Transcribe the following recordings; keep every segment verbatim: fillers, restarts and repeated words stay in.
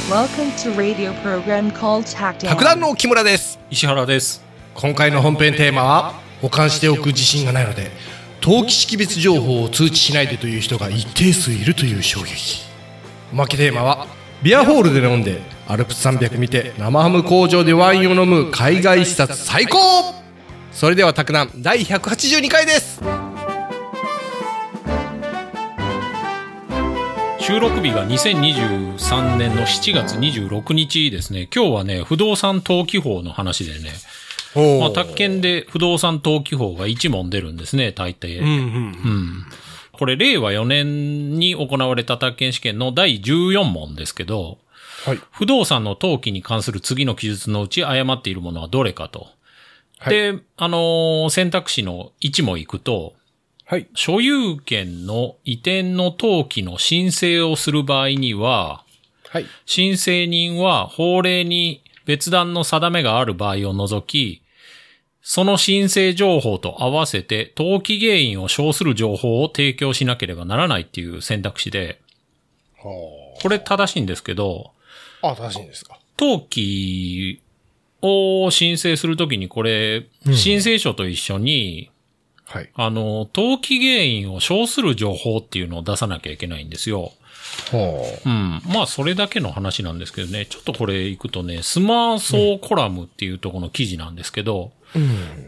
Welcome to radio program called Tactile. 卓談の木村です。 石原です。 今回の本編テーマは保管しておく自信がないので登記識別情報を通知しないでという人が一定数いるという衝撃。おまけテーマはビアホールで飲んでアルプス山脈見て生ハム工場でワインを飲む海外視察最高。それでは卓談だいひゃくはちじゅうにかいです。 収録日がにせんにじゅうさんねんのしちがつにじゅうろくにちですね。今日はね、不動産登記法の話でね、まあ、宅建で不動産登記法がいち問出るんですね、大抵。うんうんうん、これ、れいわよねんに行われた宅建試験のだいじゅうよん問ですけど、はい、不動産の登記に関する次の記述のうち誤っているものはどれかと。はい、で、あのー、選択肢のいちも行くと、はい、所有権の移転の登記の申請をする場合には、はい、申請人は法令に別段の定めがある場合を除き、その申請情報と合わせて登記原因を証する情報を提供しなければならないっていう選択肢で、これ正しいんですけど、 あ、正しいんですか。 登記を申請するときにこれ、うん、申請書と一緒に、はい。あの、登記原因を証する情報っていうのを出さなきゃいけないんですよ。はあ、うん。まあ、それだけの話なんですけどね。ちょっとこれ行くとね、スマーソーコラムっていうところの記事なんですけど、うん、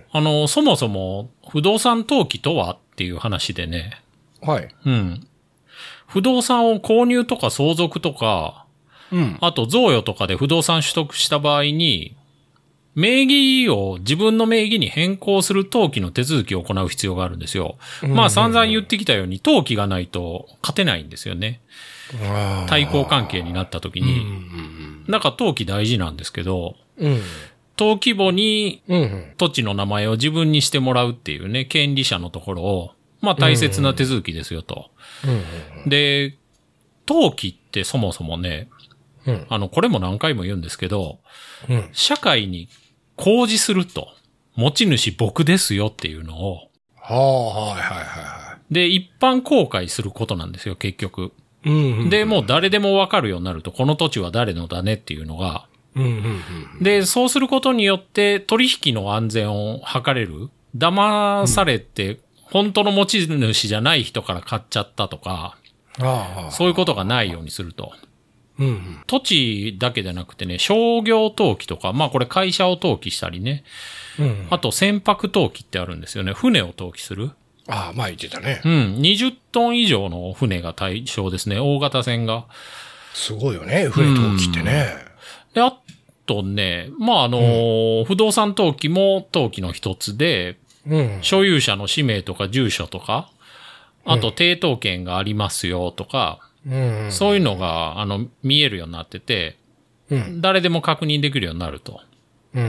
あの、そもそも不動産登記とはっていう話でね。はい。うん。不動産を購入とか相続とか、うん。あと贈与とかで不動産取得した場合に、名義を自分の名義に変更する登記の手続きを行う必要があるんですよ。まあ散々言ってきたように登記がないと勝てないんですよね。対抗関係になった時に。なんか登記大事なんですけど、うん、登記簿に土地の名前を自分にしてもらうっていうね、権利者のところを、まあ大切な手続きですよと。で、登記ってそもそもね、うん、あの、これも何回も言うんですけど、うん、社会に公示すると、持ち主僕ですよっていうのを、はあ、はいはいはい。で、一般公開することなんですよ、結局。うんうんうん、で、もう誰でもわかるようになると、この土地は誰のだねっていうのが、うんうんうん、で、そうすることによって取引の安全を図れる。騙されて、うん、本当の持ち主じゃない人から買っちゃったとか、はあ、そういうことがないようにすると。うんうん、土地だけじゃなくてね、商業登記とか、まあこれ会社を登記したりね。うん、あと船舶登記ってあるんですよね。船を登記する。 ああ、前言ってたね。 うん。にじゅっトン以上の船が対象ですね。大型船が。 すごいよね。船登記ってね。 うん、で、あとね、まああのーうん、不動産登記も登記の一つで、うん、所有者の氏名とか住所とか、あと抵当権がありますよとか、うんうん、そういうのが、あの、見えるようになってて、うん、誰でも確認できるようになると。うん。うん。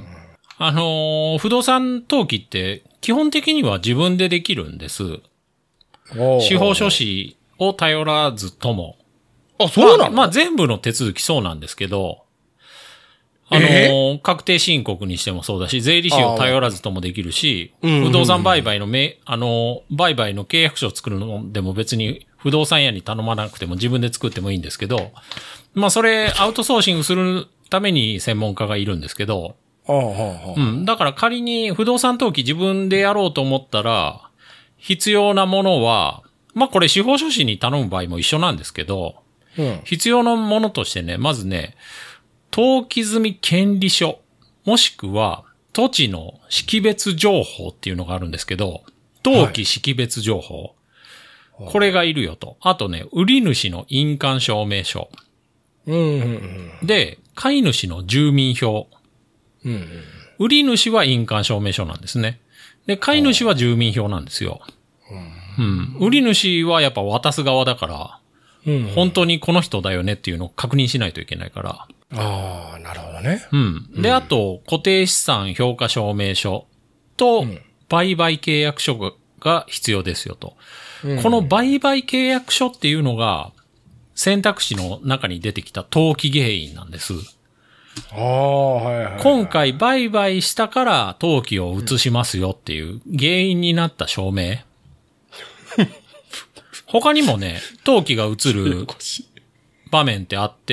あのー、不動産登記って、基本的には自分でできるんです。司法書士を頼らずとも。 あ、そうなの？ まあ、まあ、全部の手続きそうなんですけど、あのー、確定申告にしてもそうだし、税理士を頼らずともできるし、不動産売買のめ、あのー、売買の契約書を作るのでも別に不動産屋に頼まなくても自分で作ってもいいんですけど、まあそれアウトソーシングするために専門家がいるんですけど、うん、だから仮に不動産登記自分でやろうと思ったら、必要なものは、まあこれ司法書士に頼む場合も一緒なんですけど、うん、必要なものとしてね、まずね、登記済み権利書、もしくは土地の識別情報っていうのがあるんですけど、登記識別情報。はい、これがいるよと。あとね、売り主の印鑑証明書。うんうんうん、で、買い主の住民票。うんうん、売り主は印鑑証明書なんですね。で、買い主は住民票なんですよ。うん、売り主はやっぱ渡す側だから、うんうん、本当にこの人だよねっていうのを確認しないといけないから。 ああ、なるほどね。 うん。で、うん、あと、固定資産評価証明書と、売買契約書が必要ですよと。うん、この売買契約書っていうのが、選択肢の中に出てきた登記原因なんです。ああ、はいはいはい。今回売買したから登記を移しますよっていう原因になった証明。他にもね、登記が移る場面ってあって、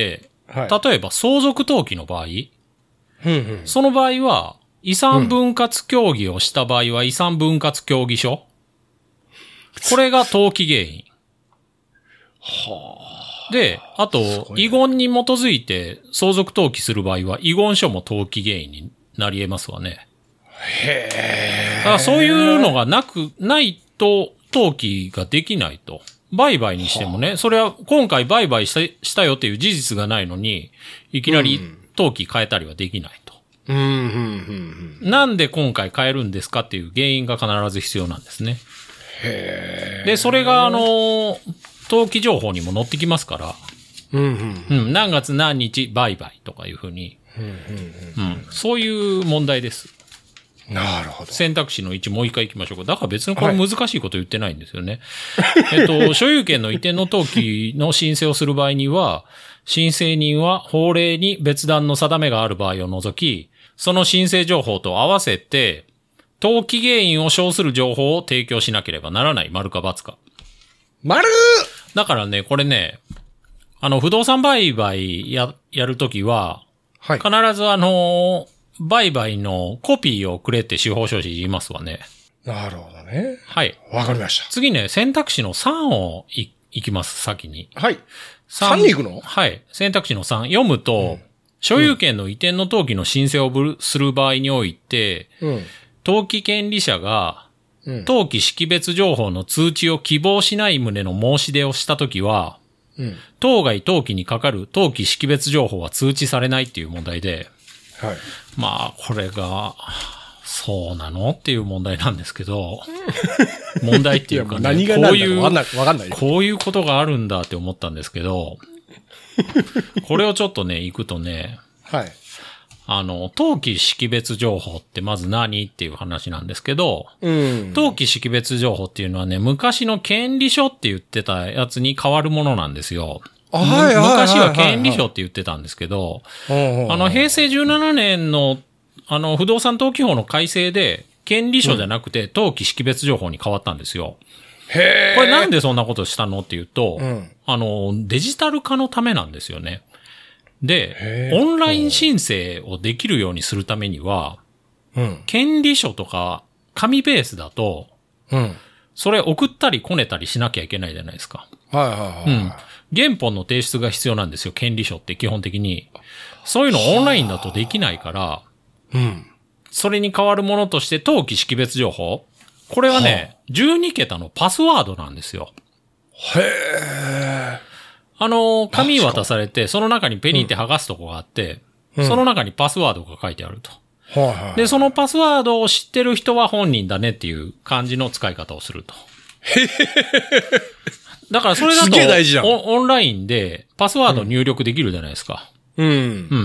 はい、 例えば相続登記の場合、 うんうん、 その場合は、遺産分割協議をした場合は遺産分割協議書。これが登記原因。 はあ、で、あと、遺言に基づいて相続登記する場合は遺言書も登記原因になり得ますわね。 へー。 だからそういうのがなく、ないと登記ができないと。売買にしてもね、それは今回売買した、したよっていう事実がないのに、いきなり登記変えたりはできないと。 うんうんうんうん、 なんで今回変えるんですかっていう原因が必ず必要なんですね。 へー。 で、それがあの、登記情報にも載ってきますから、 うんうんうん、 何月何日売買とかいうふうに、 うんうんうんうん、 そういう問題です。 なるほど。 選択肢のいちもう一回行きましょうか。だから別にこれ難しいこと言ってないんですよね。はい、えっと、所有権の移転の登記の申請をする場合には、申請人は法令に別段の定めがある場合を除き、その申請情報と合わせて、登記原因を称する情報を提供しなければならない。丸か×か。 丸だからね、これね、あの、不動産売買や、やるときは、はい、必ずあの、売買のコピーをくれって司法書士言いますわね。 なるほどね。 はい。 わかりました。 次ね、選択肢のさんをい、いきます、先に。 はい。さんに行くの？ はい。選択肢のさん。読むと、うん、所有権の移転の登記の申請をする場合において、うん、登記権利者が、うん、登記識別情報の通知を希望しない旨の申し出をしたときは、うん、当該登記にかかる登記識別情報は通知されないっていう問題で、 はい。 まあ、これが、そうなのっていう問題なんですけど、問題っていうかね、 何が何だかわかんない。 こういうことがあるんだって思ったんですけど、これをちょっとね、行くとね、 はい。 あの、登記識別情報ってまず何っていう話なんですけど、 うん、 登記識別情報っていうのはね、昔の権利書って言ってたやつに変わるものなんですよ。 はいはいはいはい、 昔は権利書って言ってたんですけど、あの、平成じゅうななねんの、あの、不動産登記法の改正で、権利書じゃなくて、登記識別情報に変わったんですよ。 へー。 これなんでそんなことしたのっていうと、 うん、 あの、デジタル化のためなんですよね。で、オンライン申請をできるようにするためには、 うん、 権利書とか紙ベースだと、 うん、 それ送ったりこねたりしなきゃいけないじゃないですか。 はいはいはい。 うん原本の提出が必要なんですよ、権利書って基本的に。そういうのオンラインだとできないから、 うん。 それに代わるものとして登記識別情報。これはね、はあ、じゅうにけたのパスワードなんですよ。 へー。 あの、紙渡されて、その中にペリって剥がすとこがあって、うん、その中にパスワードが書いてあると。 はいはい、 で、そのパスワードを知ってる人は本人だねっていう感じの使い方をすると。 へへへだからそれだと大事じゃんオ, オンラインでパスワード入力できるじゃないですか。 うん。うん。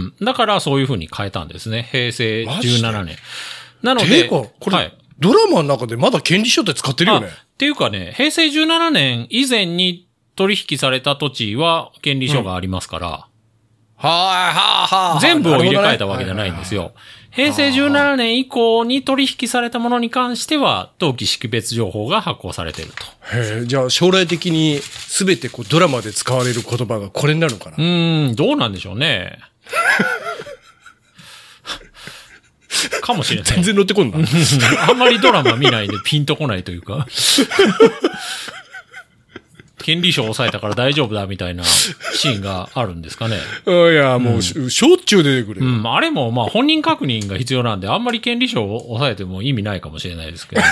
だからそういう風に変えたんですね。平成じゅうななねん。なので、 ていうか、これ、はい、ドラマの中でまだ権利書って使ってるよね。 っていうかね、平成じゅうななねん以前に取引された土地は権利書がありますから、うん、 はーはーはー全部を入れ替えたわけじゃないんですよ。平成じゅうななねん以降に取引されたものに関しては、登記識別情報が発行されていると。 へえ、じゃあ将来的に全てこうドラマで使われる言葉がこれになるのかな？ うーん、どうなんでしょうね。かもしれない。 全然乗ってこんな。 あんまりドラマ見ないでピンとこないというか。権利書を抑えたから大丈夫だみたいなシーンがあるんですかね。 いや、もう、うん、しょっちゅう出てくるよ。 うん、あれもまあ本人確認が必要なんで、あんまり権利書を抑えても意味ないかもしれないですけど。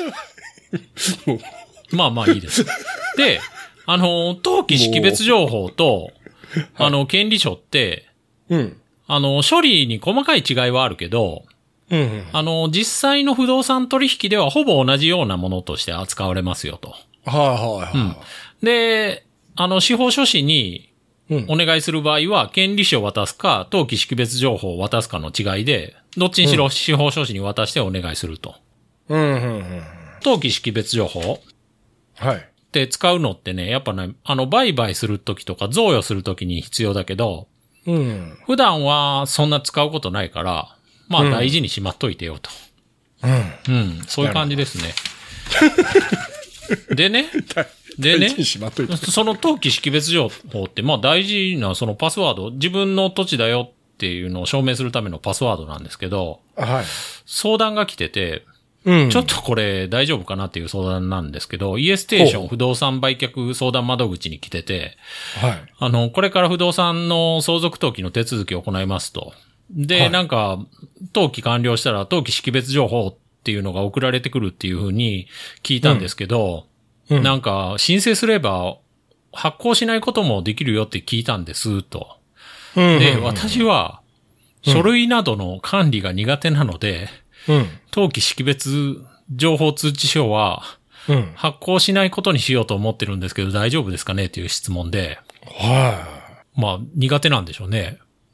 まあまあいいです。で、あの、登記識別情報と、あの、権利書って、 うん、 あの、処理に細かい違いはあるけど、 うんうん、 あの、実際の不動産取引ではほぼ同じようなものとして扱われますよと。 はいはいはい。 うんで、あの、司法書士にお願いする場合は、権利書を渡すか、登記識別情報を渡すかの違いで、どっちにしろ司法書士に渡してお願いすると。 うんうんうん、 登記識別情報はい。 って使うのってね、やっぱね、あの、売買するときとか贈与するときに必要だけど、 うん、 普段はそんな使うことないから、まあ大事にしまっといてよと。 うん。 うん、そういう感じですね。でね、 でね、 大事にしまっといてその登記識別情報って、まあ大事なそのパスワード、自分の土地だよっていうのを証明するためのパスワードなんですけど、 はい。 相談が来てて、 うん。 ちょっとこれ大丈夫かなっていう相談なんですけど、イーエス ステーション不動産売却相談窓口に来てて、 はい。 あの、これから不動産の相続登記の手続きを行いますと。で、 はい、 なんか、登記完了したら登記識別情報っていうのが送られてくるっていうふうに聞いたんですけど、うんうん、なんか、申請すれば発行しないこともできるよって聞いたんです、と。うんうんうん、で、私は、書類などの管理が苦手なので、うん、登記識別情報通知書は、発行しないことにしようと思ってるんですけど、大丈夫ですかねっていう質問で。はい。まあ、苦手なんでしょうね。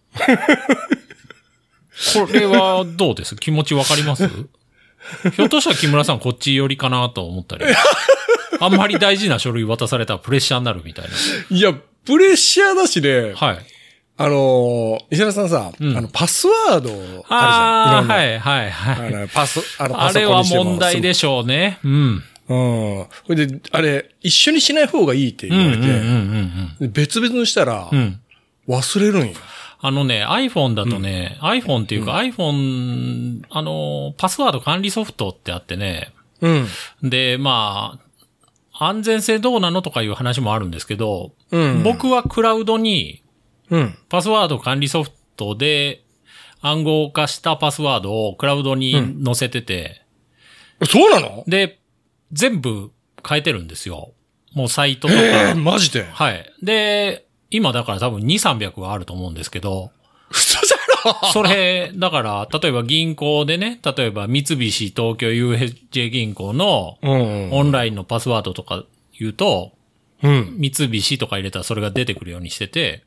これはどうです気持ちわかりますひょっとしたら木村さんこっち寄りかなと思ったり。あんまり大事な書類渡されたらプレッシャーになるみたいな。 いや、プレッシャーだしね。 はい。 あのー、石原さんさ、うん、あの、パスワードあるじゃん。 ああ、はい、はい、はい。 あのパス、あの、 パソコンにしてもあれは問題でしょうね。うん。 うん。それで、あれ、一緒にしない方がいいって言われて、うんうんうんうん、別々にしたら、うん、忘れるんよ。 あのね、iPhone だとね、うん、iPhone っていうか、うん、iPhone、あの、パスワード管理ソフトってあってね、うん。で、まあ、安全性どうなのとかいう話もあるんですけど、うん、僕はクラウドに、うん。パスワード管理ソフトで暗号化したパスワードをクラウドに載せてて。 うん、そうなの？ で、全部変えてるんですよ。もうサイトとか。 えー、マジで？ はい。で、今だから多分に、さんびゃくはあると思うんですけど。 嘘じゃろそれ、だから、例えば銀行でね、例えば三菱東京 ユーエスジェー 銀行のオンラインのパスワードとか言うと、うん、三菱とか入れたらそれが出てくるようにしてて、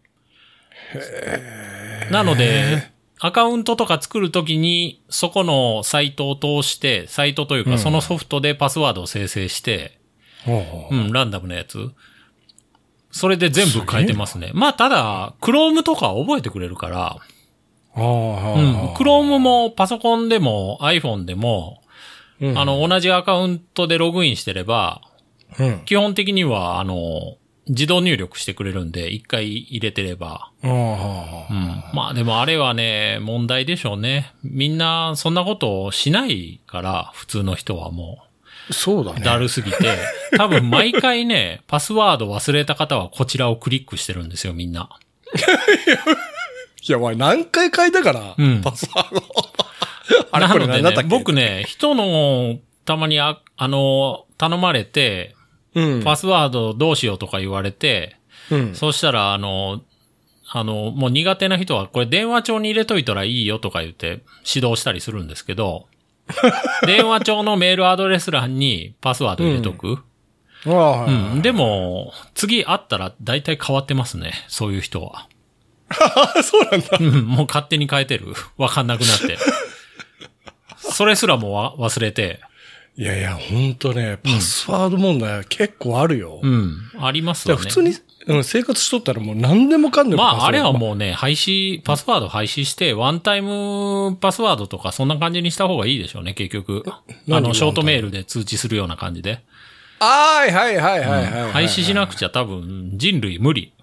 なので、アカウントとか作るときに、そこのサイトを通して、サイトというかそのソフトでパスワードを生成して、うん、うん、ランダムなやつ。それで全部変えてますね。まあ、ただ、Chrome とか覚えてくれるから、うん、Chrome もパソコンでも iPhone でも、うん、あの、同じアカウントでログインしてれば、うん、基本的には、あの、自動入力してくれるんで、一回入れてれば。うん、まあでもあれはね、問題でしょうね。みんなそんなことをしないから、普通の人はもう。そうだね。 だるすぎて。多分毎回ね、パスワード忘れた方はこちらをクリックしてるんですよ、みんな。 いや、お前何回書いたから、うん、パスワード。 あれなのでね、僕ね、人のたまにあ、あの、頼まれて、うん、パスワードどうしようとか言われて、うん、そうしたら、あの、あの、もう苦手な人は、これ電話帳に入れといたらいいよとか言って指導したりするんですけど、電話帳のメールアドレス欄にパスワード入れとく。うんうん、でも、次会ったら大体変わってますね、そういう人は。 そうなんだ。 うん、もう勝手に変えてる。わかんなくなって。それすらも忘れて。 いやいや、ほんとね、パスワード問題は結構あるよ。 うん。ありますよね。 普通に、うん、生活しとったらもう何でもかんでも。 まあ、あれはもうね、廃止、パスワード廃止して、ワンタイムパスワードとかそんな感じにした方がいいでしょうね、結局。あの、ショートメールで通知するような感じで。 はいはいはいはいはい、 うん。廃止しなくちゃ多分人類無理。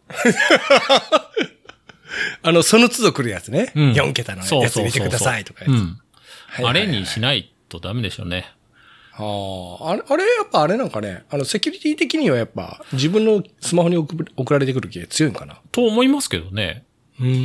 あの、その都度来るやつね。うん、よん桁のやつ入れてくださいとか。うん。 あれにしないとダメでしょうね。 ああ、あれ、あれ、やっぱあれなんかね、あの、セキュリティ的にはやっぱ、自分のスマホに送送られてくる系強いんかなと思いますけどね。うんうん。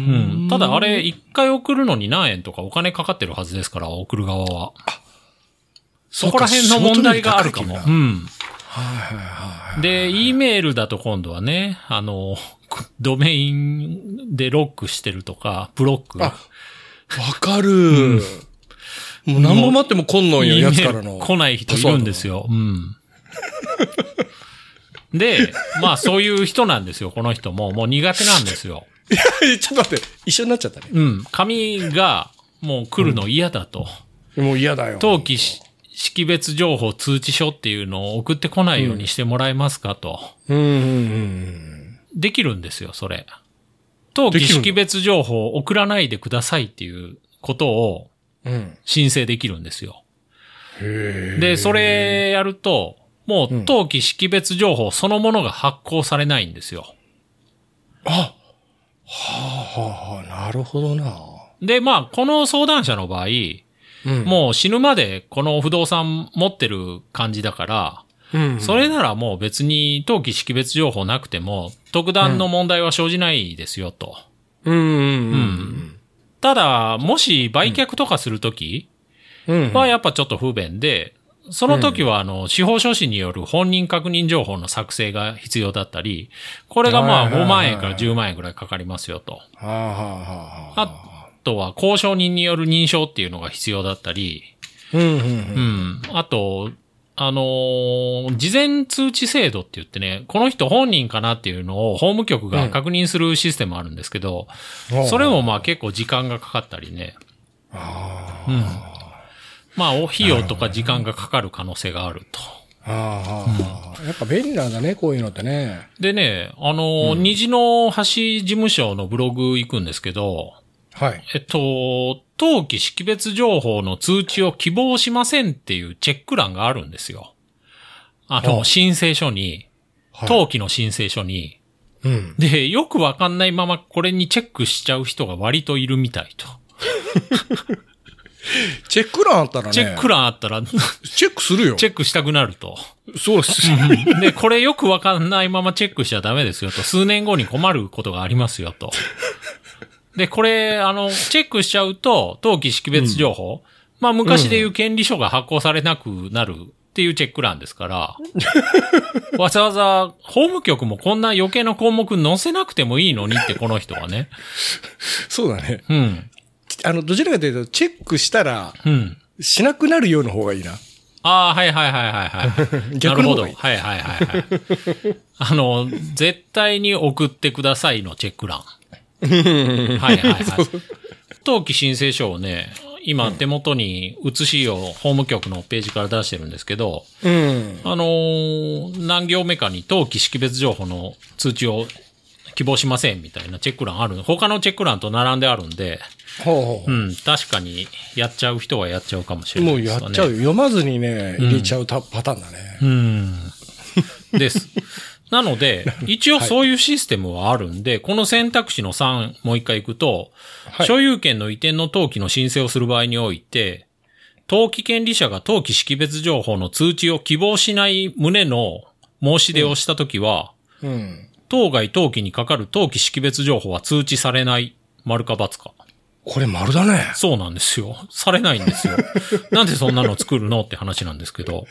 ただあれ、一回送るのに何円とかお金かかってるはずですから、送る側は。あ、そこら辺の問題があるかも。うん。はいはいはい。で、E メールだと今度はね、あの、ドメインでロックしてるとか、ブロック。あ、 わかる。うんもう何も待っても来んのんよ、やつからの。 来ない人いるんですよ。うん。で、まあそういう人なんですよ、この人も。もう苦手なんですよ。 いや、ちょっと待って、一緒になっちゃったね。 うん。紙がもう来るの嫌だと。 うん、もう嫌だよ。 登記識別情報通知書っていうのを送ってこないようにしてもらえますかと。うんうんうん、できるんですよ、それ。登記識別情報を送らないでくださいっていうことを、うん、申請できるんですよ。へで、それやると、 もう登記識別情報そのものが発行されないんですよ。 あ、はあ、はあ、なるほどな。 で、まあ、この相談者の場合、うん、もう死ぬまでこの不動産持ってる感じだから、うんうん、それならもう別に登記識別情報なくても特段の問題は生じないですよと。うんうんうんうん、ただ、もし売却とかするときはやっぱちょっと不便で、その時はあの司法書士による本人確認情報の作成が必要だったり、これがまあごまんえんからじゅうまんえんくらいかかりますよと。あとは交渉人による認証っていうのが必要だったり、うんうんうん、あと、あのー、事前通知制度って言ってね、この人本人かなっていうのを法務局が確認するシステムあるんですけど、うん、それもまあ結構時間がかかったりね。あうん、まあ、費用とか時間がかかる可能性があると。 ああ、うん、やっぱ便利なんだね、こういうのってね。 でね、あのー、うん、虹の橋事務所のブログ行くんですけど、はい。えっと、登記識別情報の通知を希望しませんっていうチェック欄があるんですよ。あの、申請書に、登記の申請書に、はい、うん。で、よくわかんないままこれにチェックしちゃう人が割といるみたいと。 チェック欄あったらね。 チェック欄あったら、 チェックするよ。 チェックしたくなると。 そうです。 で、これよくわかんないままチェックしちゃダメですよと。数年後に困ることがありますよと。で、これ、あの、チェックしちゃうと、登記識別情報、うん、まあ昔でいう権利書が発行されなくなるっていうチェック欄ですから、わざわざ法務局もこんな余計な項目載せなくてもいいのにってこの人はね。 そうだね。うん。あの、どちらかというと、チェックしたら、うん。しなくなるような方がいいな。 ああ、はいはいはいはいはい。逆の方がいい。なるほど。はいはいはいはい。あの、絶対に送ってくださいのチェック欄。はいはいはい。登記申請書をね、今手元に写しを法務局のページから出してるんですけど、うん、あのー、何行目かに登記識別情報の通知を希望しませんみたいなチェック欄ある。他のチェック欄と並んであるんで、ほうほううん、確かにやっちゃう人はやっちゃうかもしれないですね。 もうやっちゃうよ。読まずにね、入れちゃうパターンだね。 うん。うん、です。なので、一応そういうシステムはあるんで、はい、この選択肢のさん、もう一回行くと、はい、所有権の移転の登記の申請をする場合において、登記権利者が登記識別情報の通知を希望しない旨の申し出をしたときは、うんうん、当該登記にかかる登記識別情報は通知されない、丸か×か。 これ丸だね。 そうなんですよ。されないんですよ。なんでそんなの作るのって話なんですけど。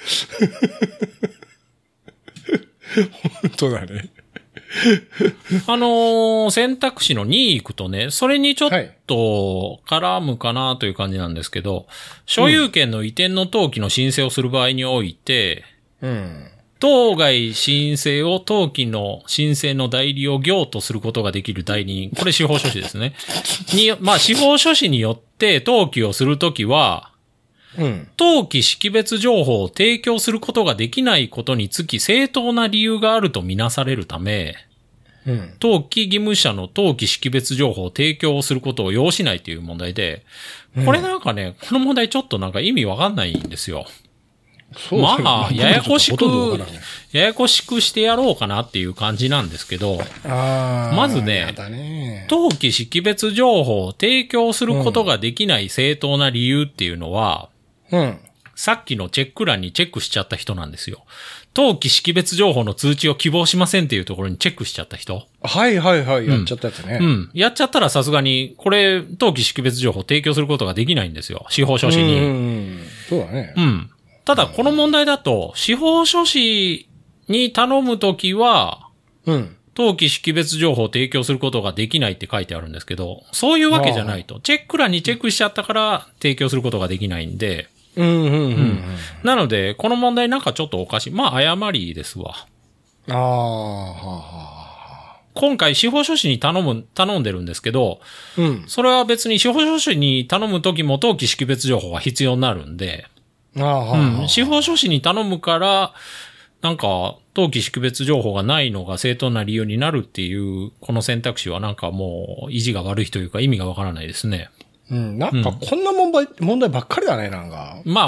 本当だね。 あのー、選択肢のに行くとね、それにちょっと絡むかなという感じなんですけど、はい、所有権の移転の登記の申請をする場合において、うん、当該申請を登記の申請の代理を業とすることができる代理人、これ司法書士ですね。に、まあ司法書士によって登記をするときは、うん、登記識別情報を提供することができないことにつき正当な理由があるとみなされるため、うん、登記義務者の登記識別情報を提供することを要しないという問題で、これなんかね、この問題ちょっとなんか意味わかんないんですよ。そうですね、まあ、ややこしく、ややこしくしてやろうかなっていう感じなんですけど、あまずね、ね登記識別情報を提供することができない正当な理由っていうのは、うん、さっきのチェック欄にチェックしちゃった人なんですよ。登記識別情報の通知を希望しませんっていうところにチェックしちゃった人。 はいはいはい、やっちゃったやつね。 うん。うん、やっちゃったらさすがに、これ、登記識別情報を提供することができないんですよ。司法書士に。うん。 そうだね。 うん。ただ、この問題だと、司法書士に頼むときは、うん。登記識別情報を提供することができないって書いてあるんですけど、そういうわけじゃないと。チェック欄にチェックしちゃったから提供することができないんで、うんうんうんうん、なので、この問題なんかちょっとおかしい。まあ、誤りですわ。ああ、はあ、今回司法書士に頼む、頼んでるんですけど、うん、それは別に司法書士に頼むときも登記識別情報が必要になるんで、ああ、はあ、うん、司法書士に頼むから、なんか、登記識別情報がないのが正当な理由になるっていう、この選択肢はなんかもう、意地が悪いというか意味がわからないですね。 うん、なんかこんな問題、うん、問題ばっかりだね、なんか。 まあ、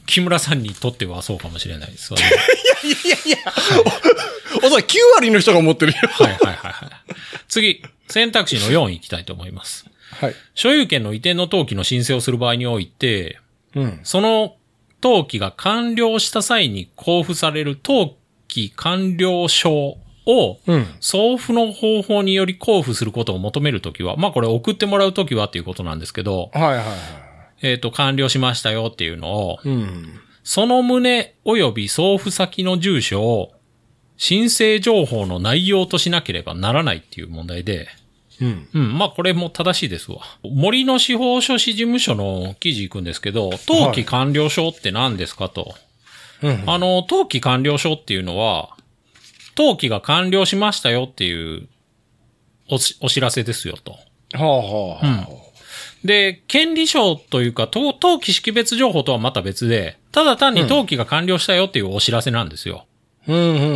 木村さんにとってはそうかもしれないですわね。 いやいやいやいや、はい、お, おそらくきゅう割の人が思ってるよ。 はいはいはいはい。次、選択肢のよんいきたいと思います。 はい。 所有権の移転の登記の申請をする場合において、うん、その登記が完了した際に交付される登記完了証を、送付の方法により交付することを求めるときは、まあこれ送ってもらうときはっていうことなんですけど、 はいはいはい。 えっと、完了しましたよっていうのを、うん、その旨及び送付先の住所を申請情報の内容としなければならないっていう問題で、うん。うん。まあ、これも正しいですわ。森の司法書士事務所の記事行くんですけど、登記完了証って何ですかと。はい、あの、登記完了証っていうのは、登記が完了しましたよっていうおし、お知らせですよと。はあはあ、うん。で、権利証というか、登記識別情報とはまた別で、ただ単に登記が完了したよっていうお知らせなんですよ。うん、うん、うん、うん、うん。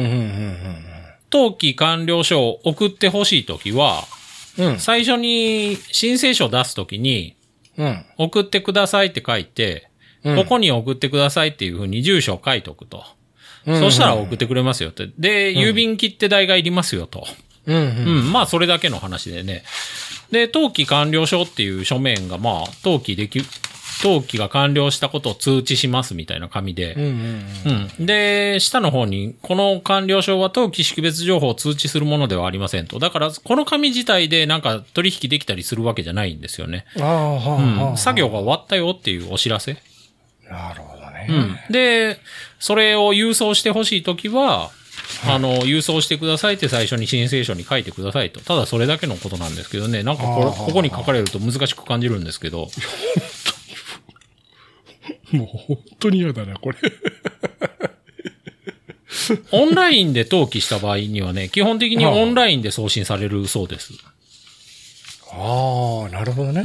登記完了書を送ってほしいときは、うん、最初に申請書を出すときに、うん、送ってくださいって書いて、うん、ここに送ってくださいっていうふうに住所を書いておくと。うん、そしたら送ってくれますよって。で、郵便切手代がいりますよと。うん、うんうん。まあ、それだけの話でね。で、登記完了書っていう書面が、まあ、登記でき、登記が完了したことを通知しますみたいな紙で、うんうんうんうん、で、下の方に、この完了証は登記識別情報を通知するものではありませんと。だから、この紙自体でなんか取引できたりするわけじゃないんですよね。ああ、はあ、うん。作業が終わったよっていうお知らせ。 なるほどね。 うん。で、それを郵送してほしいときは、あの、郵送してくださいって最初に申請書に書いてくださいと。ただそれだけのことなんですけどね。なんかこれ、ここに書かれると難しく感じるんですけど。 もう本当に嫌だな、これ。 オンラインで登記した場合にはね、基本的にオンラインで送信されるそうです。 ああ、なるほどね。 うん。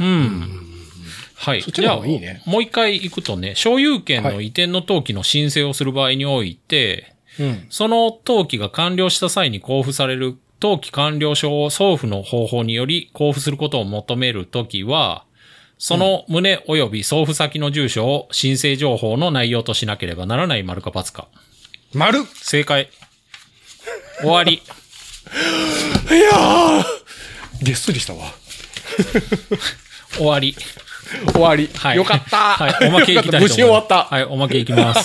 はい。 そっちの方がいいね。 じゃあ、もう一回行くとね、所有権の移転の登記の申請をする場合において、はい、うん、その登記が完了した際に交付される登記完了証を送付の方法により交付することを求めるときは、その旨及び送付先の住所を申請情報の内容としなければならない丸か×か。 丸！ 正解。終わり。 いやーげっそりしたわ。 終わり。 終わり。 はい。 よかった。 はい。おまけいきたいと思います。 無事終わった。 はい。おまけいきます。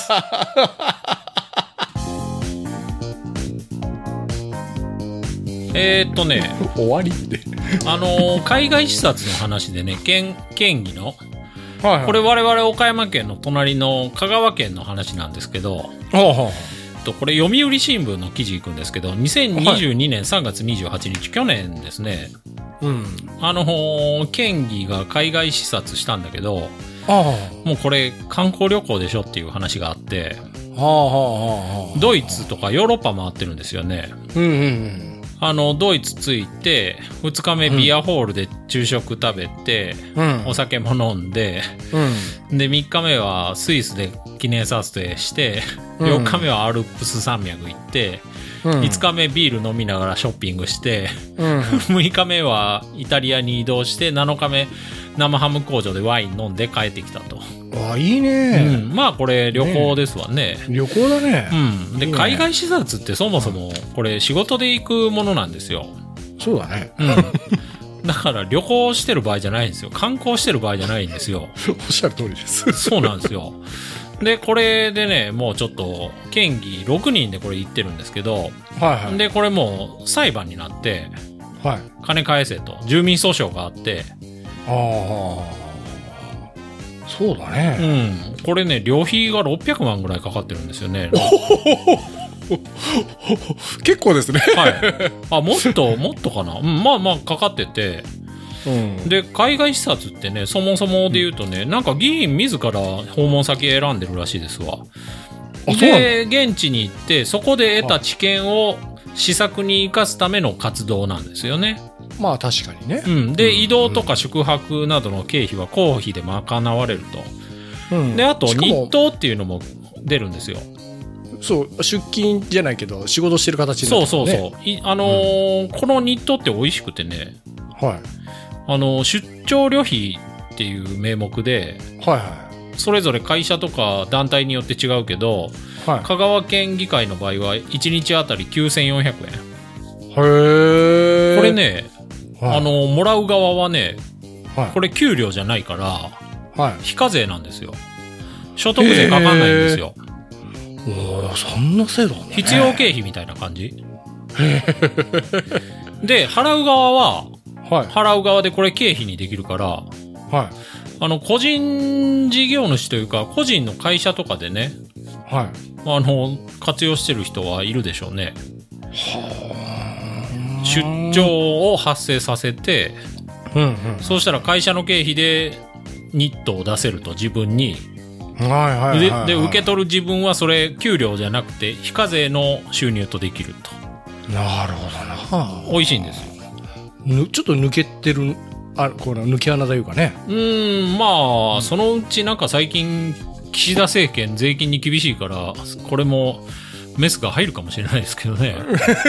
えーっとね。 終わりって。 あのー、海外視察の話でね、県、県議の、はいはい、これ我々岡山県の隣の香川県の話なんですけど、はあはあ、とこれ読売新聞の記事いくんですけど、にせんにじゅうにねんさんがつにじゅうはちにち、はい、去年ですね、うん、あのー、県議が海外視察したんだけど、ああもうこれ観光旅行でしょっていう話があって、はあはあはあ、ドイツとかヨーロッパ回ってるんですよね。うんうんうんあの、ドイツ着いて、ふつかめビアホールで昼食食べて、うん、お酒も飲んで、うん、で、みっかめはスイスで記念撮影して、うん、よっかめはアルプス山脈行って、うん、いつかめビール飲みながらショッピングして、うん、むいかめはイタリアに移動して、なのかめ生ハム工場でワイン飲んで帰ってきたと。 あ、いいね、 うん。まあこれ旅行ですわね。 ね旅行だね。 うん。でいいね、海外視察ってそもそもこれ仕事で行くものなんですよ。 そうだね。 うん。だから旅行してる場合じゃないんですよ。観光してる場合じゃないんですよ。 おっしゃる通りです。 そうなんですよ。で、これでね、もうちょっと、県議ろくにんでこれ言ってるんですけど、はいはい、で、これもう裁判になって、はい、金返せと、住民訴訟があって、ああ。 そうだね。 うん。これね、旅費がろっぴゃくまんぐらいかかってるんですよね。 結構ですね。 はい。あ、もっと、もっとかな。うん、まあまあかかってて、うん、で、海外視察ってね、そもそもで言うとね、うん、なんか議員自ら訪問先選んでるらしいですわ。で、現地に行って、そこで得た知見を施策に生かすための活動なんですよね。 まあ確かにね。 うん。で、移動とか宿泊などの経費は公費で賄われると。うん、で、あと、日当っていうのも出るんですよ。 そう、出勤じゃないけど、仕事してる形になってるね。 そうそうそう。いあのーうん、この日当って美味しくてね。はい。あの、出張旅費っていう名目で、はいはい。 それぞれ会社とか団体によって違うけど、はい、香川県議会の場合はいちにちあたりきゅうせんよんひゃくえん。 へー。 これね、はい、あのもらう側はね、はい、これ給料じゃないから、はい、非課税なんですよ。所得税かかんないんですよ。 おー、そんな制度なんだね。 必要経費みたいな感じで、払う側は、はい、払う側でこれ経費にできるから、はい、あの個人事業主というか個人の会社とかでね、はい、あの活用してる人はいるでしょうね。は出張を発生させて、うんうん、そうしたら会社の経費で日当を出せると自分に、はいはいはいはい、で, で受け取る自分はそれ給料じゃなくて非課税の収入とできると。 なるほどな。 美味しいんですよ。 ちょっと抜けてる、あ、この抜け穴というかね。 うーん、まあ、うん、そのうちなんか最近岸田政権税金に厳しいからこれもメスが入るかもしれないですけどね。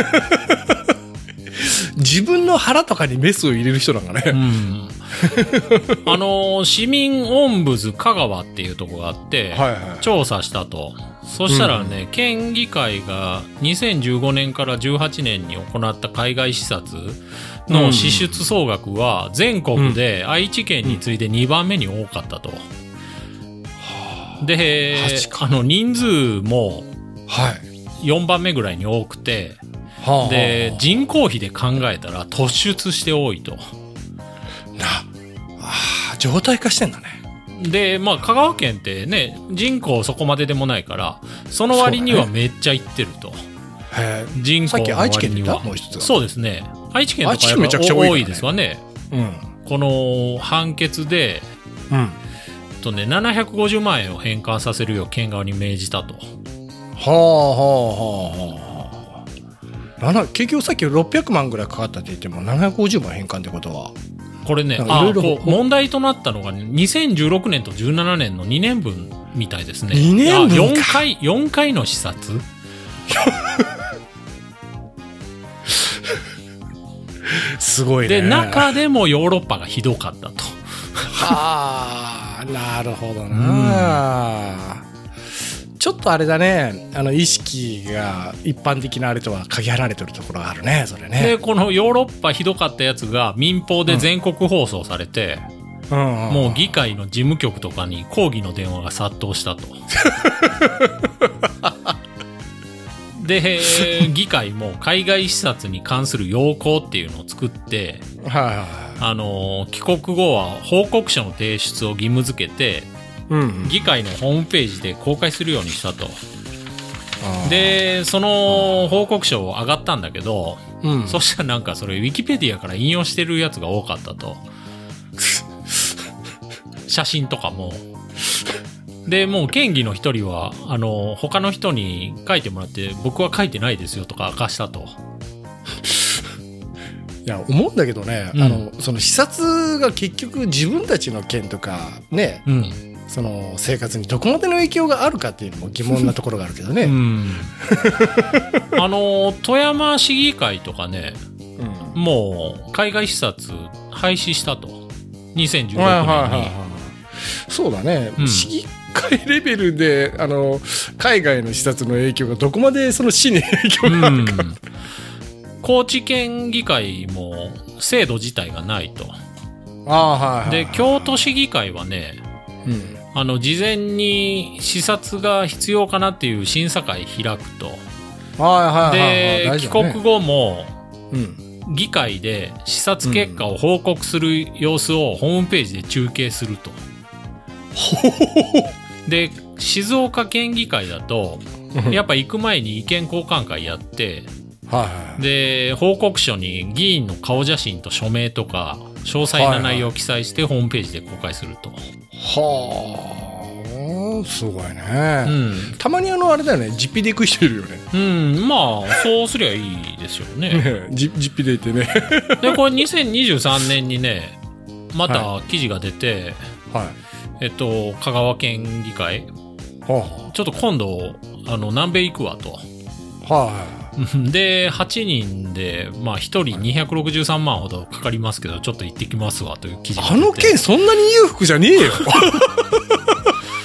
自分の腹とかにメスを入れる人なんかね。うん、 あの市民オンブズ香川っていうとこがあって、はいはい、調査したと。そしたらね、うん、県議会がにせんじゅうごねんからじゅうはちねんに行った海外視察の支出総額は全国で愛知県に次いでにばんめに多かったと。で、あの人数もよんばんめぐらいに多くて、で人口比で考えたら突出して多いと。 なあ、状態化してんだね。 で、まあ香川県ってね人口そこまででもないからその割にはめっちゃいってると。 へー、人口の割には。さっき愛知県にはもう一つ。 そうですね。愛知県とかやっぱ多いですわね。うん、この判決で、うん、とねななひゃくごじゅうまんえんを返還させるよう県側に命じたと。 はあはあはあはあ。結局さっきろっぴゃくまんぐらいかかったって言ってもななひゃくごじゅうまん返還ってことは。 これね、あこう問題となったのが、ね、にせんじゅうろくねんとじゅうななねんのにねんぶんみたいですね。 にねんぶんか。 よんかい、よんかいの視察すごいね。 で、中でもヨーロッパがひどかったと。 はあ、なるほどな、うん。ちょっとあれだね、あの意識が一般的なあれとはかけ離れてるところがあるね、それね。 で、このヨーロッパひどかったやつが民放で全国放送されて、うんうんうん、もう議会の事務局とかに抗議の電話が殺到したと。で、議会も海外視察に関する要項っていうのを作って、はいはいはい、あの帰国後は報告書の提出を義務付けて、うんうん、議会のホームページで公開するようにしたと。で、その報告書を上がったんだけど、うん、そしたらなんかそれウィキペディアから引用してるやつが多かったと。写真とかも。で、もう県議の一人は、あの、他の人に書いてもらって、僕は書いてないですよとか明かしたと。 いや、思うんだけどね、うん、あの、その視察が結局自分たちの県とか、ね、うん、その生活にどこまでの影響があるかっていうのも疑問なところがあるけどね。うん、 あの、富山市議会とかね、うん、もう海外視察廃止したと。にせんじゅうろくねんに。はいはいはいはい、 そうだね。うん、市議会レベルであの海外の視察の影響がどこまでその市に影響があるか、うん、 高知県議会も制度自体がないと。 あ、はいはいはい、 で京都市議会はね、うん、あの事前に視察が必要かなっていう審査会開くと。 はいはいはいはい、 で、ね、帰国後も、うん、議会で視察結果を報告する様子をホームページで中継すると。で、静岡県議会だとやっぱ行く前に意見交換会やって、はいはい、で報告書に議員の顔写真と署名とか詳細な内容を記載してホームページで公開すると。 はあ、すごいね、うん、たまにあのあれだよね、実費で行く人いるよね。 うん、まあそうすりゃいいですよね。 ね、実費で行ってね。 で、これにせんにじゅうさんねんにねまた記事が出て、はいはい、えっと香川県議会、はあ、ちょっと今度あの南米行くわと。はい、ではちにんで、まあ、ひとりにひゃくろくじゅうさんまんほどかかりますけどちょっと行ってきますわという記事が出て。 あの件そんなに裕福じゃねえよ。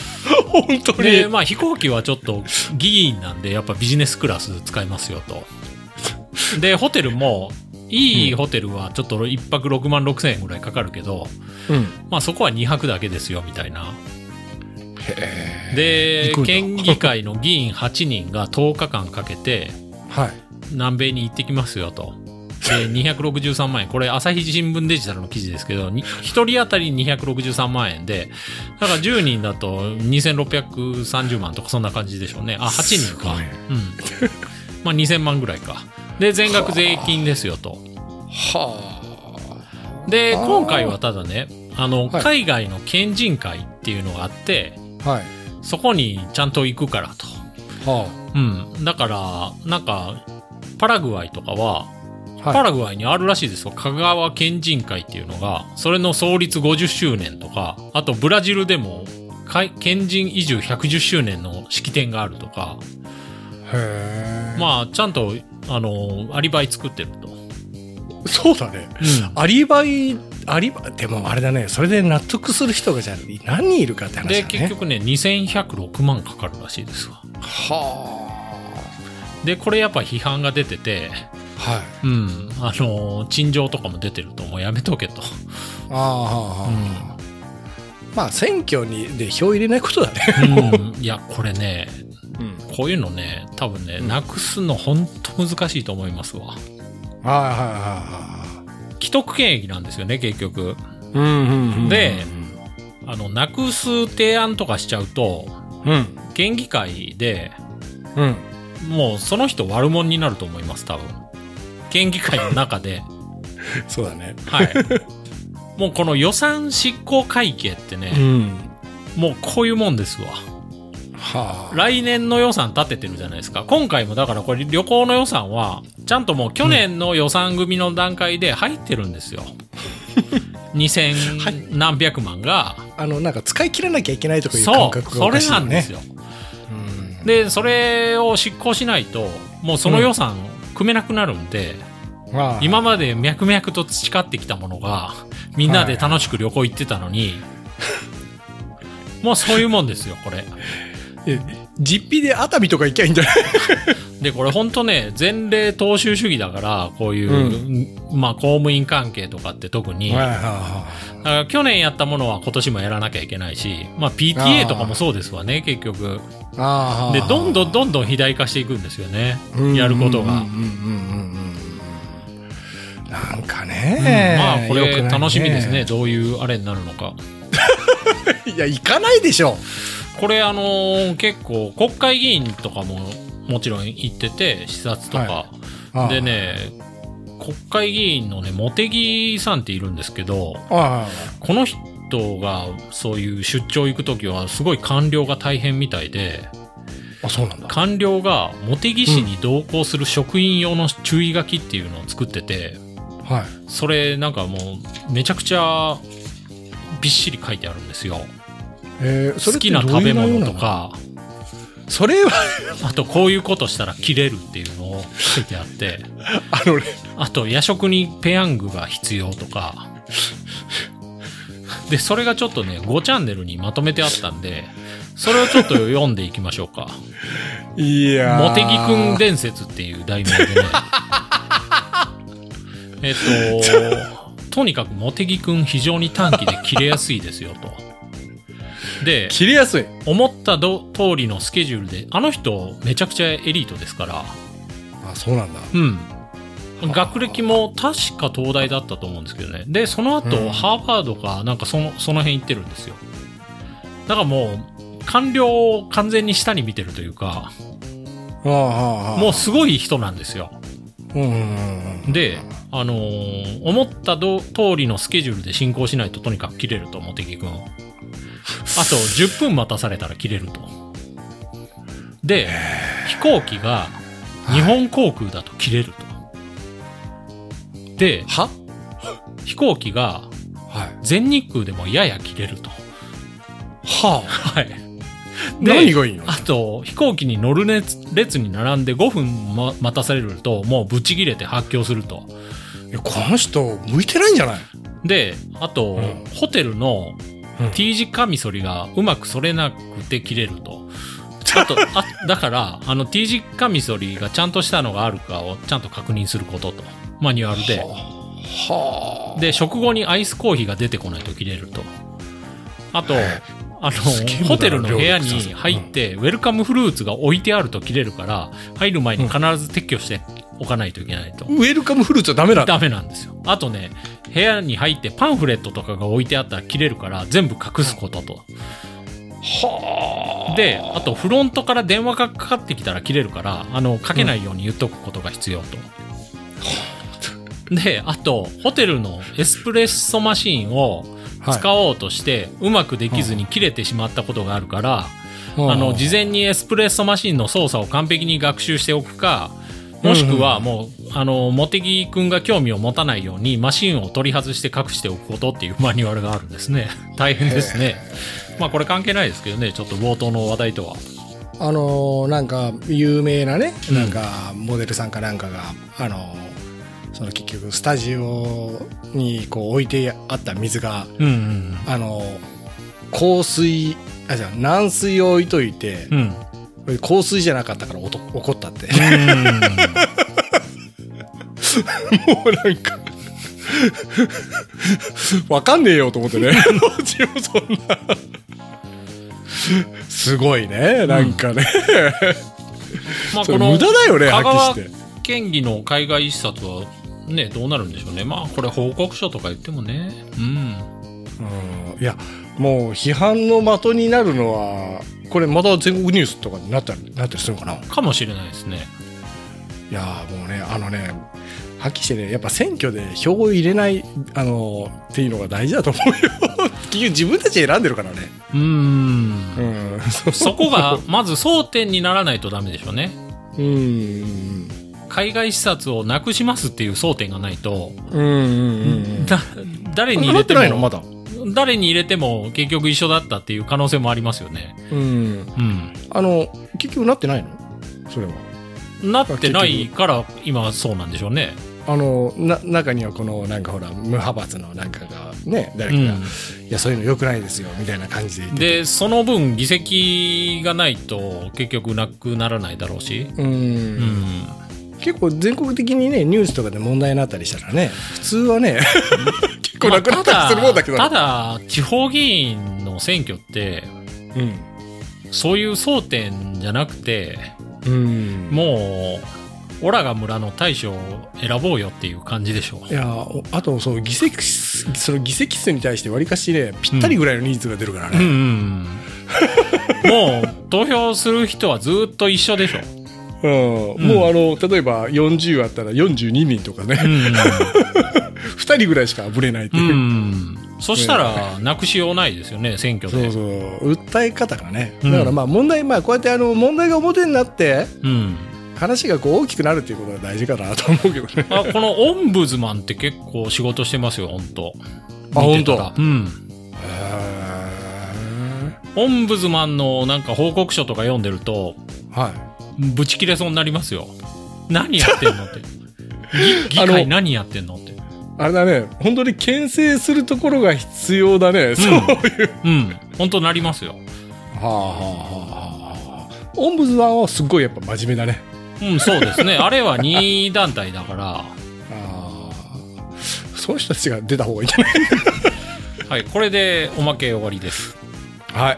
本当に。 で、まあ飛行機はちょっと議員なんで、やっぱビジネスクラス使いますよと。で、ホテルも、いいホテルはちょっといっぱくろくまんろくせんえんぐらいかかるけど、うん、まあそこはにはくだけですよみたいな。で、県議会の議員はちにんがとおかかんかけて、はい、南米に行ってきますよと。で、にひゃくろくじゅうさんまんえん。これ朝日新聞デジタルの記事ですけど、ひとり当たりにひゃくろくじゅうさんまんえんで、だからじゅうにんだとにせんろっぴゃくさんじゅうまんとかそんな感じでしょうね。あ、はちにんか。うん。まあにせんまんぐらいか。で、全額税金ですよと。はあ。で、今回はただね、あの、はい、海外の県人会っていうのがあって、はい、そこにちゃんと行くからと。はあ。うん。だから、なんか、パラグアイとかは、はい、パラグアイにあるらしいですよ。香川県人会っていうのが、それの創立ごじゅっしゅうねんとか、あとブラジルでも、県人移住ひゃくじゅっしゅうねんの式典があるとか、へー。まあ、ちゃんと、あの、アリバイ作ってると。 そうだね。うん、アリバイ、アリバイ、でもあれだね、それで納得する人がじゃあ何人いるかって話だね。で、 結局ね、にせんひゃくろくまんかかるらしいですわ。はあ。で、これやっぱ批判が出てて、はい。うん。あの、陳情とかも出てると、もうやめとけと。ああ、はあ、 うん。まあ、選挙にで票入れないことだね。 うん。いや、これね、うん、こういうのね、多分ね、うん、なくすのほんと難しいと思いますわ。はいはいはい。既得権益なんですよね、結局。うんうんうん、で、あの、なくす提案とかしちゃうと、うん、県議会で、うん、もうその人悪者になると思います、多分。県議会の中で。 そうだね。 はい。もうこの予算執行会計ってね、うん、もうこういうもんですわ。はあ、来年の予算立ててるじゃないですか。今回もだからこれ旅行の予算は、ちゃんともう去年の予算組の段階で入ってるんですよ。にせん何百万が。 あの、なんか使い切らなきゃいけないとかいう感覚がおかしいよね。そう、それなんですよ。 うん、で、それを執行しないと、もうその予算、うん組めなくなるんで、ああ今まで脈々と培ってきたものがみんなで楽しく旅行行ってたのに、はい、もうそういうもんですよこれ。 実費で熱海とか行きゃいいんじゃないでこれほんとね前例踏襲主義だからこういう、うん、まあ公務員関係とかって特に、はいはいはい、だから去年やったものは今年もやらなきゃいけないし、まあ ピーティーエー とかもそうですわね結局。あでどんどんどんどん肥大化していくんですよね、やることが。 なんかね、 うん、まあこれ楽しみですね、どういうあれになるのか。 いや行かないでしょこれ。あのー、結構国会議員とかももちろん行ってて視察とか、はい、でね国会議員のね茂木さんっているんですけど、この人がそういう出張行くときはすごい官僚が大変みたいで、 あ、そうなんだ。 官僚が茂木氏に同行する職員用の注意書きっていうのを作ってて、うん、はい、それなんかもうめちゃくちゃびっしり書いてあるんですよ。えー、それ好きな食べ物とか、 それはあとこういうことしたら切れるっていうのを書いてあってあの、ね、あと夜食にペヤングが必要とかで、それがちょっとねごチャンネルにまとめてあったんで、それをちょっと読んでいきましょうか。いやー、茂木くん伝説っていう題名でねえっととにかく茂木くん非常に短期で切れやすいですよと。で、 切れやすい。 思った通りのスケジュールで、あの人めちゃくちゃエリートですから。 あ、そうなんだ。 うん。学歴も確か東大だったと思うんですけどね。で、その後、うん、ハーバードかなんかそのその辺行ってるんですよ。だからもう官僚を完全に下に見てるというか、ああ、もうすごい人なんですよ。うん、で、あのー、思った通りのスケジュールで進行しないととにかく切れると、茂木くん。あとじゅっぷん待たされたら切れると。で、飛行機が日本航空だと切れると。で、は飛行機が全日空でもやや切れると。はあ、はい。で、何がいいの？あと飛行機に乗る列に並んでごふん、ま、待たされるともうブチ切れて発狂すると。 いや、この人向いてないんじゃない？ で、あと、うん、ホテルのうん、T 字カミソリがうまく剃れなくて切れると。あと、あ、だから、あの T 字カミソリがちゃんとしたのがあるかをちゃんと確認することと。マニュアルで。はあ、で、食後にアイスコーヒーが出てこないと切れると。あと、あの、ホテルの部屋に入って、ウェルカムフルーツが置いてあると切れるから、入る前に必ず撤去しておかないといけないと。 ウェルカムフルーツはダメなんだ。 ダメなんですよ。あとね、部屋に入ってパンフレットとかが置いてあったら切れるから、全部隠すことと。はあ。で、あとフロントから電話がかかってきたら切れるから、あの、かけないように言っとくことが必要と。うん、で、あと、ホテルのエスプレッソマシーンを、使おうとしてうまくできずに切れてしまったことがあるから、うん、あの事前にエスプレッソマシンの操作を完璧に学習しておくか、もしくはもう、うん、あの茂木くんが興味を持たないようにマシンを取り外して隠しておくことっていうマニュアルがあるんですね。大変ですね。まあこれ関係ないですけどね、ちょっと冒頭の話題とは。 あのー、なんか有名なね、なんかモデルさんかなんかが、うん、あのーその結局スタジオにこう置いてあった水が、うんうん、あの硬水あじゃあ軟水を置いといて、うん、硬水じゃなかったからおと怒ったって。うんもうなんかわかんねえよと思ってね。どっちもそんなすごいねなんかね。うん、まあこの無駄だよね発揮して。 県議の海外視察はね、どうなるんでしょうね。まあこれ報告書とか言ってもね、うん、うん、 いやもう批判の的になるのはこれまた全国ニュースとかになったりなったりするのかな。 かもしれないですね。 いやもうねあのねはっきりしてねやっぱ選挙で票を入れないあのっていうのが大事だと思うよ。結局自分たち選んでるからね。 うーん、うん、そこがまず争点にならないとダメでしょうね。うーん海外視察をなくしますっていう争点がないと、うんうんうん、だ誰に入れてもまだ誰に入れても結局一緒だったっていう可能性もありますよね。うん、うん、 あの結局なってないの？それはなってないから今そうなんでしょうね。 あのな中にはこのなんかほら無派閥のなんかがね誰かが、うん、いやそういうの良くないですよみたいな感じで言ってでその分議席がないと結局なくならないだろうし。うん、うん結構全国的にねニュースとかで問題になったりしたらね普通はね結構なくなったりするもんだけど、 まあ、ただ、ただ地方議員の選挙って、うん、そういう争点じゃなくて、うん、もうオラが村の大将を選ぼうよっていう感じでしょう。 いやあとそう議席その議席数に対してわりかしねぴったりぐらいの人数が出るからね、うんうんうん、もう投票する人はずっと一緒でしょ。 うん、もうあの例えばよんじゅうあったらよんじゅうににんとかね、うん、ふたりぐらいしかあぶれないっていう、うん、 そしたらなくしようないですよね選挙で。 そうそう訴え方がね、うん、だからまあ問題まあこうやってあの問題が表になって、うん、話がこう大きくなるっていうことが大事かなと思うけどね。 あこのオンブズマンって結構仕事してますよ本当。 あ本当。うん。 オンブズマンのなんか報告書とか読んでると、はい。ブチ切れそうになりますよ。何やってんのって議, 議会何やってんのってあれだね本当に牽制するところが必要だね、うん、そういううん本当なりますよ。 はあはあはあオンブズマンはすごいやっぱ真面目だね。 うんそうですねあれはに団体だからあそういう人たちが出た方がいいんじゃないはいこれでおまけ終わりです。 はい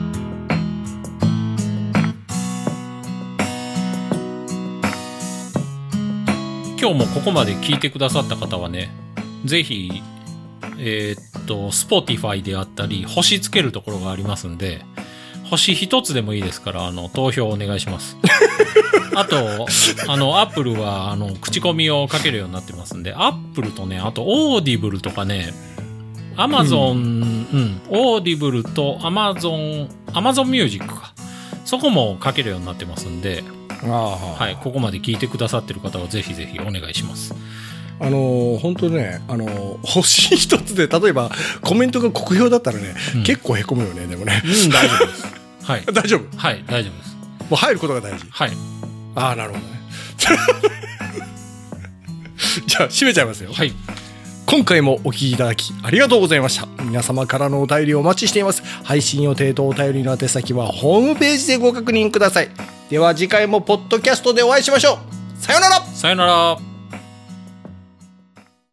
今日もここまで聞いてくださった方はね、ぜひ、えー、っと、Spotify であったり、星つけるところがありますんで、星一つでもいいですから、あの、投票お願いします。あと、あの、Apple は、あの、口コミをかけるようになってますんで、Apple とね、あと、Audible とかね、Amazon、うん、うん、Audible と Amazon、Amazon Music か。そこもかけるようになってますんで、あはい、ここまで聞いてくださってる方はぜひぜひお願いします。 あのー、本当ね、あのー、星一つで例えばコメントが酷評だったらね、うん、結構へこむよねでもね。 うん、大丈夫です。はい。 大丈夫。 はい大丈夫です。 もう入ることが大事。 はい。 ああなるほどね。じゃあ締めちゃいますよ。 はい。 今回もお聞きいただきありがとうございました。皆様からのお便りをお待ちしています。配信予定とお便りの宛先はホームページでご確認ください。では次回もポッドキャストでお会いしましょう。さようなら。 さよなら。